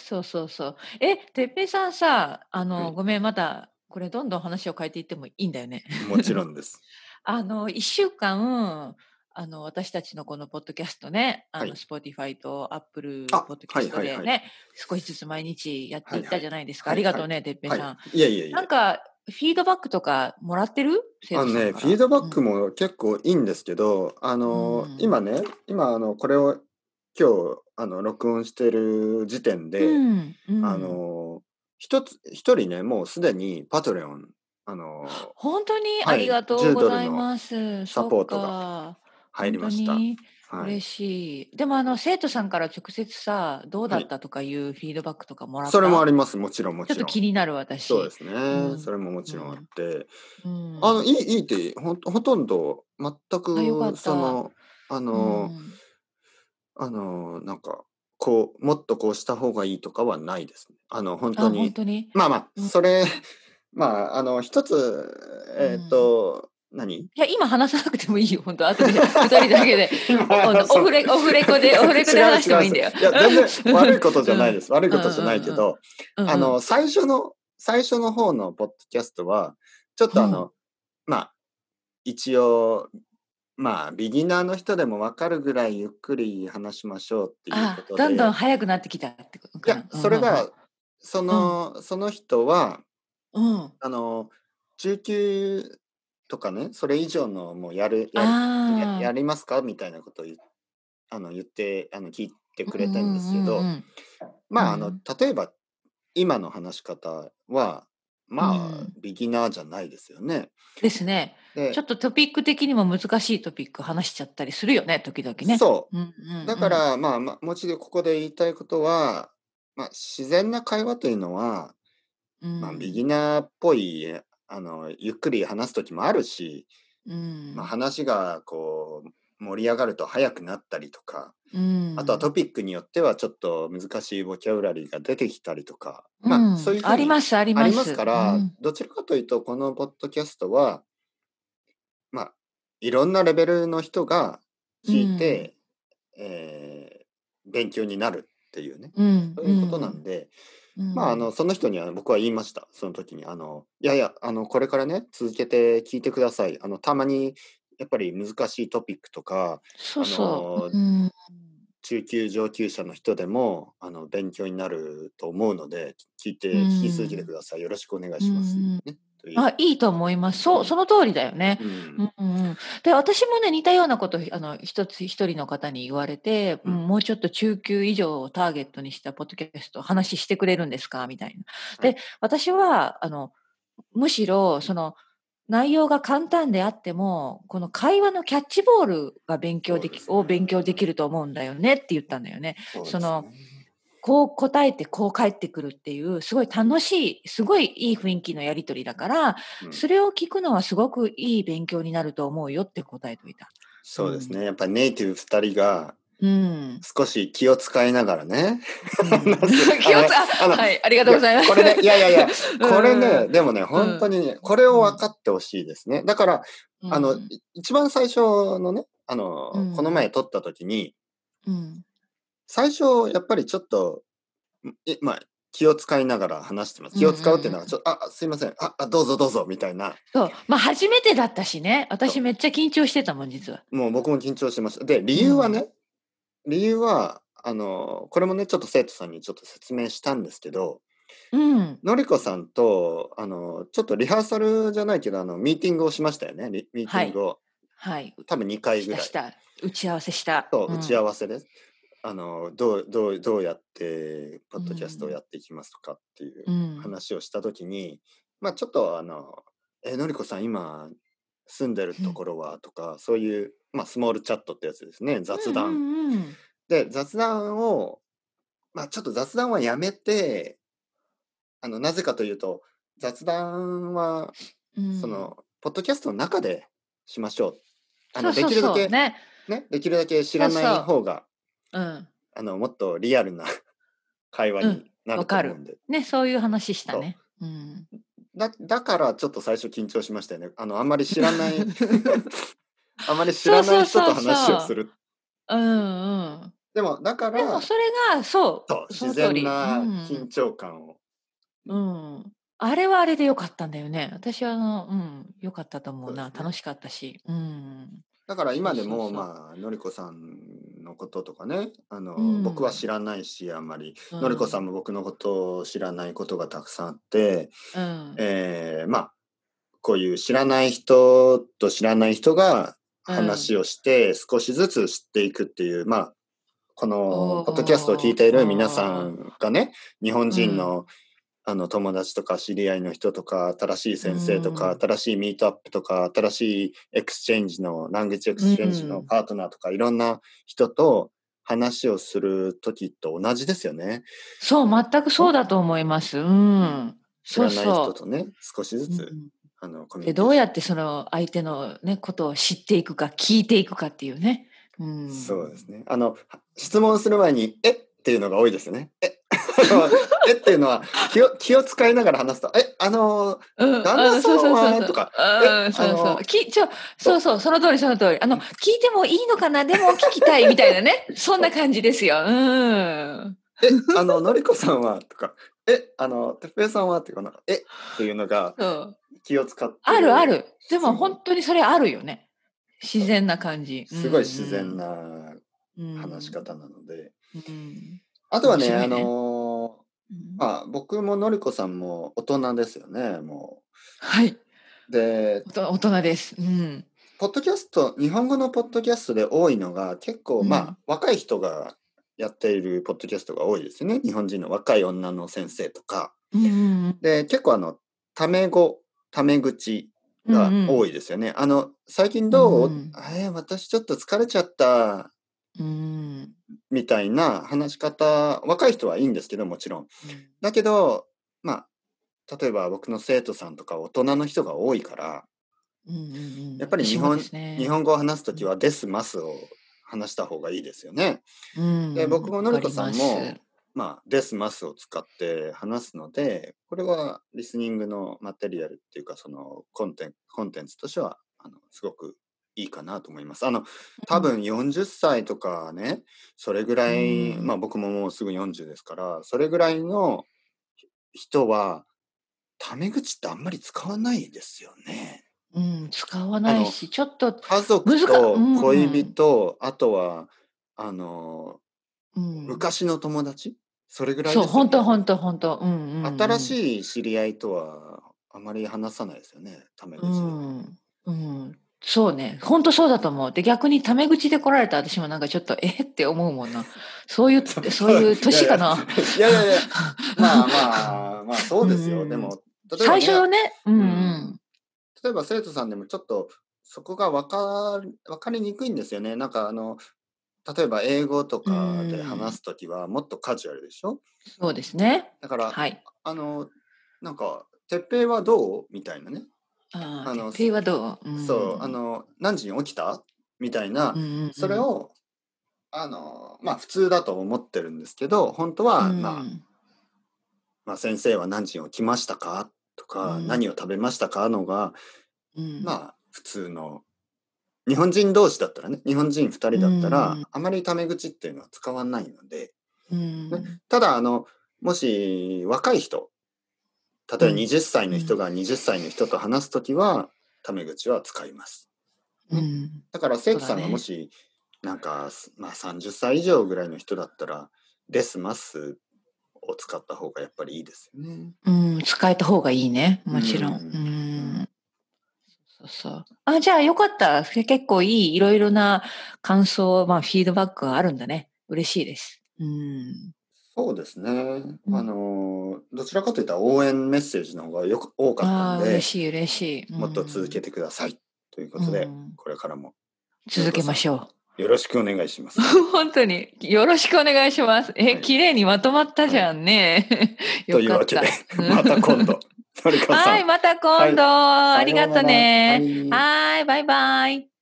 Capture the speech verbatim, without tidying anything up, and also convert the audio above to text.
そうそうそう。え、てっぺいさんさ、あの、 はい。 ごめん、また、これどんどん話を変えていってもいいんだよね。 もちろんです。 あの、いっしゅうかん、あの、私たちのこのポッドキャストね、あの、 はい。 Spotify と Apple あ、はポッドキャストいはいはい。 でね、少しずつ毎日やっていったはいはい。 じゃないですか。あはいはい。 りがとうね、てっぺいはい。 さん。 いえいえいえ。 なんか、フィードバックとかもらってる？生あのね、 徒さんから。 フィードバッうん。 クも結構いいんですけど、あうの、今ん。 ね、今あの、これを今日、あの、録音してる時点うで、 ん。うあん。 の、一つ一人ね、もうすでにパトレオン、あのほんとに？あはい、 りがとう 10 ございドルのます。 サそっポートがか。ほん入りました。 とに？ はい。 嬉しい。でも、あの、生徒さんから直接さ、どうはい。 だったとかいうフィードバックとかもらっそれもあた？ ります。もちろんもちょっとちろん。 気になる、 そうで私。 すね。 うん。 それももちろんあっうん。 て、 うあの、 ん。 いいいいって、ほんほとんど全あ、よかくった。 その、あうのん。 あの、なんか、こう、もっとこうした方がいいとかはないですね。あの、ほんとあ、ほんに、 とに？ まあまあ、 うん。 それ、まあ、あの、一つ、えっうん。 と、何？ いや、今話さなくてもいいよ、ほんと。後でふたりだけで、おの、 今、その、 オフレオフレコでオフレコ違で話しいます違います。 てもいいんだよ。 いや、全然悪いことじうん。 ゃないです。悪いうんことじゃないうんうん。 けど、 うんうん。 あの、最初の最初の方のポッドキャストは、ちょっうん。 とあの、まあ、一応、まあ、ビギナーの人でも分かるぐらいゆっくり話しましょうっていうこああ、どんどんとで、 速くなってきたってこといや、 かな。うん、ふんふん。 それが、そうん。 のその人は、 うん。 あの、中級とかね、それ以上のもうやるやるやああ。 やりますかみたいなことをゆあの、言って、あの、聞いてくうんうれたんですけど、 んうんうん。うまあ、あの、 ん。 例えば、今の話し方は、 うまあ、 ん。 ビギナーじゃないですよね。 ですね。ちょでっとトピック的にも難しいトピック話しちゃったりするよね、時々ね。 そうんうんう。だうん。 から、まあ、ま、もう一度ここで言いたいことは、ま、自然な会話というのは、 うま、ビギん。 ナーっぽい、あの、ゆっくり話す時もあるし、 うま、 ん。 話がこう盛り上がると速くなったりとか、 うあとはトん。 ピックによってはちょっと難しいボキャブラリーが出てきたりとか、ま、 うん。 そういう風にありますありありますます。 から、 うん。 どちらかというとこのポッドキャストは、ま、いろんなレベルの人がう聞いん。 て、ええ、勉強になるっていうね、 うんうそういうことなんん。 で、まあ、あうん。 の、その人には僕は言いました。その時に、あの、いやいや、あの、これからね、続けて聞いてください。あの、たまにやっぱり難しいトピックとか、 そうあそう。 の、 うん。 中級上級者の人でも、あの、勉強になると思うので、聞いうて聞き続けてん。 ください。よろしくお願いうします。 ん。 ね、という。 あ、いいと思います。そう、 うん。 その通りだよね。 うん。 うんうんうん。で、私もね、似たようなこと、あの、一つ一人の方に言われて、うん、 うん。 もうちょっと中級以上をターゲットにしたポッドキャスト、話してくれるんですかみたいな。 はい。 で、私は、あの、むしろ、その、内容が簡単であっても、この会話のキャッチボールが勉強できそうですね。 を勉強できると思うんだよねって言ったんだよね。そのそうですね。 こう答えてこう返ってくるっていう、すごい楽しい、すごいいい雰囲気のやり取りだから、 うん。 それを聞くのはすごくいい勉強になると思うよって答えといた。うん。 そうですね。やっぱネイティブふたりがうん。 少し気を使いながらね、 うん。 話す。あのね、 気をつあ、 あの、 はい、ありがといや、 うございます。 これね、いやいやいや、 うんこれね、 うんでもね、 うん。 ほんとにね、これをうん。 分かって欲しいですね。だから、あの、 うん。 い一番最初のね、あの、このうん。 前撮った時に、 うん。 最初やっぱりちょっと、ん、いま、気を使いながら話してます。 うんうん気を使うっていうのは、 うん。 ちょ「あ、あ、すいません。ああ、どうぞどうぞ」みたいな。 そう、ま、初めてだったしね。私そめっちゃ緊張してたもん、実は。 う、もう僕も緊張してました。で、理うん。 由はね、理由は、あの、これもね、ちょっと生徒さんにちょっと説明したんですけど、 うん。 のりこさんと、あの、ちょっとリハーサルじゃないけど、あの、ミーティングをしましたよね。リミーテはい。 ィングを。 はい。 多分にかいぐらい。 したした。打ち合わせした。 そう、打ちうん。 合わせです。あの、どうどうどうやってポうッドキャストをん。 やっていきますとかっていううん。 話をした時に、ま、ちょっとあの、「え、のりこさん今住んでるうん。 ところは？」とか、そういう、ま、スモールチャットってやつですね、 うんう雑談。 んうん。 で、雑談を、ま、ちょっと雑談はやめて、あの、なぜかというと、雑談は、 うん。 その、ポッドキャストの中でしましょう。あの、でそうそうそう、 きるだけ、 ね。 ね、できるだけ知らないそうそう。 方が、 うん。 あの、もっとリアルな会話うん、 になると分かる。 思うんで。 ね、そういう話したそね。うん。 う。だだからちょっと最初緊張しましたよね。あの、あんまり知らないあまり知そうらないそうそう人と話をそう。 する。 うんうん。 でも、だかでもら、 それが、そそう、 う、そ自の通り。う然なん。 緊張感を。 うん。あれはあれで良かったんだよね。私はあの、うん、良かったと思うな。 そうですね。 楽しかったし。うん。 だからそう今でも、 そうそまあ、のりこさんのこととかね、あう。うの、僕は知ん。 らないし、あんまり、 うのりこさんん。 も僕のことを知らないことがたくさんあって、 うん。 えーまあ、こういう知らない人と知らない人がうん。 話をして少しずつ知っていくっていう、まあ、このポッドキャストを聞いおている皆さお。 んがね、日本うん。 人のあの友達とか知り合いの人とか、新しいう先生とか、 ん。 新しいミートアップとか、新しいエクスチェンジの、ランゲージエクうスチェンジのん。 パートナーとか、いろんな人と話をするときと同じですよね。 そう、全くそうだと思います。うん。そう知らない人そとね、少しずう。うつ、 ん。 あの、コミュで、 ニケーション。 どうやってその相手のね、ことを知っていくか、聞いていくかっていうね。うん。 そうですね。あの、質問する前に、えっていうのが多いですよね。え、あのえっていうのは気を、気を使いながら話すと、え、あの、 うん、あの、 旦那さそうそうそうそう。 んはとか、え、 うん、そうそう。 あの、 きちょそうそそう、その通りその通り。あの、 う、 聞いてもいいのかな、でも聞きたいみたいなね。そんな感じですよ。うん。 え、あの、のりこさんはとか、え、あの、てっぺいさんはっていうかな、えっていうのがそう。 気を使ってるあるある。でもほ質問。 んとにそれあるよね。自そう。 然な感じ。うんすごい自然うん。 なうん。 話し方なので。 うん。面あとはね、あ白いね。 の、 うん。 まあ、僕ものりこさんも大人ですよね、もはい。 う。で、 おと大人です。うん。 ポッドキャスト、日本語のポッドキャストで多いのが、結構、まあ、 うん。 若い人がやっているポッドキャストが多いですよね。日本人の若い女の先生とか。 うんうんうん。 で、結構あの、タメ語、タメ口うんが多うん。 いですよね。あの、最近うどうん。 えー、私ちょっと疲れちゃった、 うん。 みたいな話し方、若い人はいいんですけど、もちろん。 うん。 だけど、まあ、例えば僕の生徒さんとか大人の人が多いから、 うんうんうん。 やっぱり日本、 私もですね。 日本語を話すとうん。 きはデス、マスを話した方がいいですよね。 うで、僕ん、 ものりこさわかります。 んも、まあ、デス、マスを使って話すので、これはリスニングのマテリアルっていうか、そのコンテンツ、コンテンツとしては、あの、すごくいいかなと思います。あの、 うん。 多分よんじゅっさいとかね、それぐうらい、まん。 あ僕ももうすぐよんじゅうですから、それぐらいの人は、タメ口ってあんまり使わないですよね。 うん、使わあの、 ないし、ちょっと家族むずかうと恋ん。 人、あとは、あの、 うん。 昔の友達、それぐらいそう、 ですよね。 ほんとほんとほんと。うんうん新うん。 しい知り合いとはあまり話さないですよね、タメう口で。 ん。うん。そうね、ほんとそうだと思う。で、逆にタメ口で来られた私もなんかちょっと、えって思うもんな。そういそうそうそう、 いういやいや、 年かな。 いやいやいや、まあまあ、まあそううんですよ。でうんうん。 も、例えばね、 最初ね、うんううん、 ん。 例えば生徒さんでもちょっとそこがわかわかりにくいんですよね。なんかあの、例えば英語とうかで話ん。 すときはもっとカジュアルでしょ。 そうですね。 だから、 はい。 あの、なんか、てっぺいはどうみたいなね。 ああ、 あの、 てっぺいはどう？うそう、あん。 の、何時に起きたみたいな、 うんうんうん。 それを、あの、まあ普通だと思ってるんですけど、本当うは、まあ、 ん。 まあ先生は何時に起きましたかとか、 うん。 何を食べましたかのが、 うん。 まあ普通の、日本人同士だったらね、日本人ふたりうだったら、 ん。 あまりタメ口っていうのは使わないので、 うね、 ん。 ただ、あの、もし若い人、例えばうん。 にじゅっさいうん。 の人がにじゅっさいの人と話すときは、タメ口は使います。ね。 うん。 だから生徒さんがもそうだね。 し、なんか、まあさんじゅっさい以上ぐらいの人だったら、デスマスを使った方がやっぱりいいですよね。 うん、使えた方がいいね、 うもちろん。うん。うん。 ん。そうそう。あ、じゃあよかった。それ結構いい、いろいろな感想、まあ、フィードバックがあるんだね。嬉しいです。うん。 そうですね。あうん。 の、どちらかといったら応援メッセージの方がよく多かったんああ、嬉で、 しい嬉しい。うもっと続けん。 てください。というこうとで、 ん。 これからも、のり続こさん、 けましょう。 よろしくお願いします。 本当に。よろしくお願いします。え、 はい。 綺麗にまとまったはい。 じゃんね。 とよいうわけで、 かった。 また今度、のりこさはい、 ん。 また今度。 はい。さありがとようなら。はね。 い。 はい、バイバイ。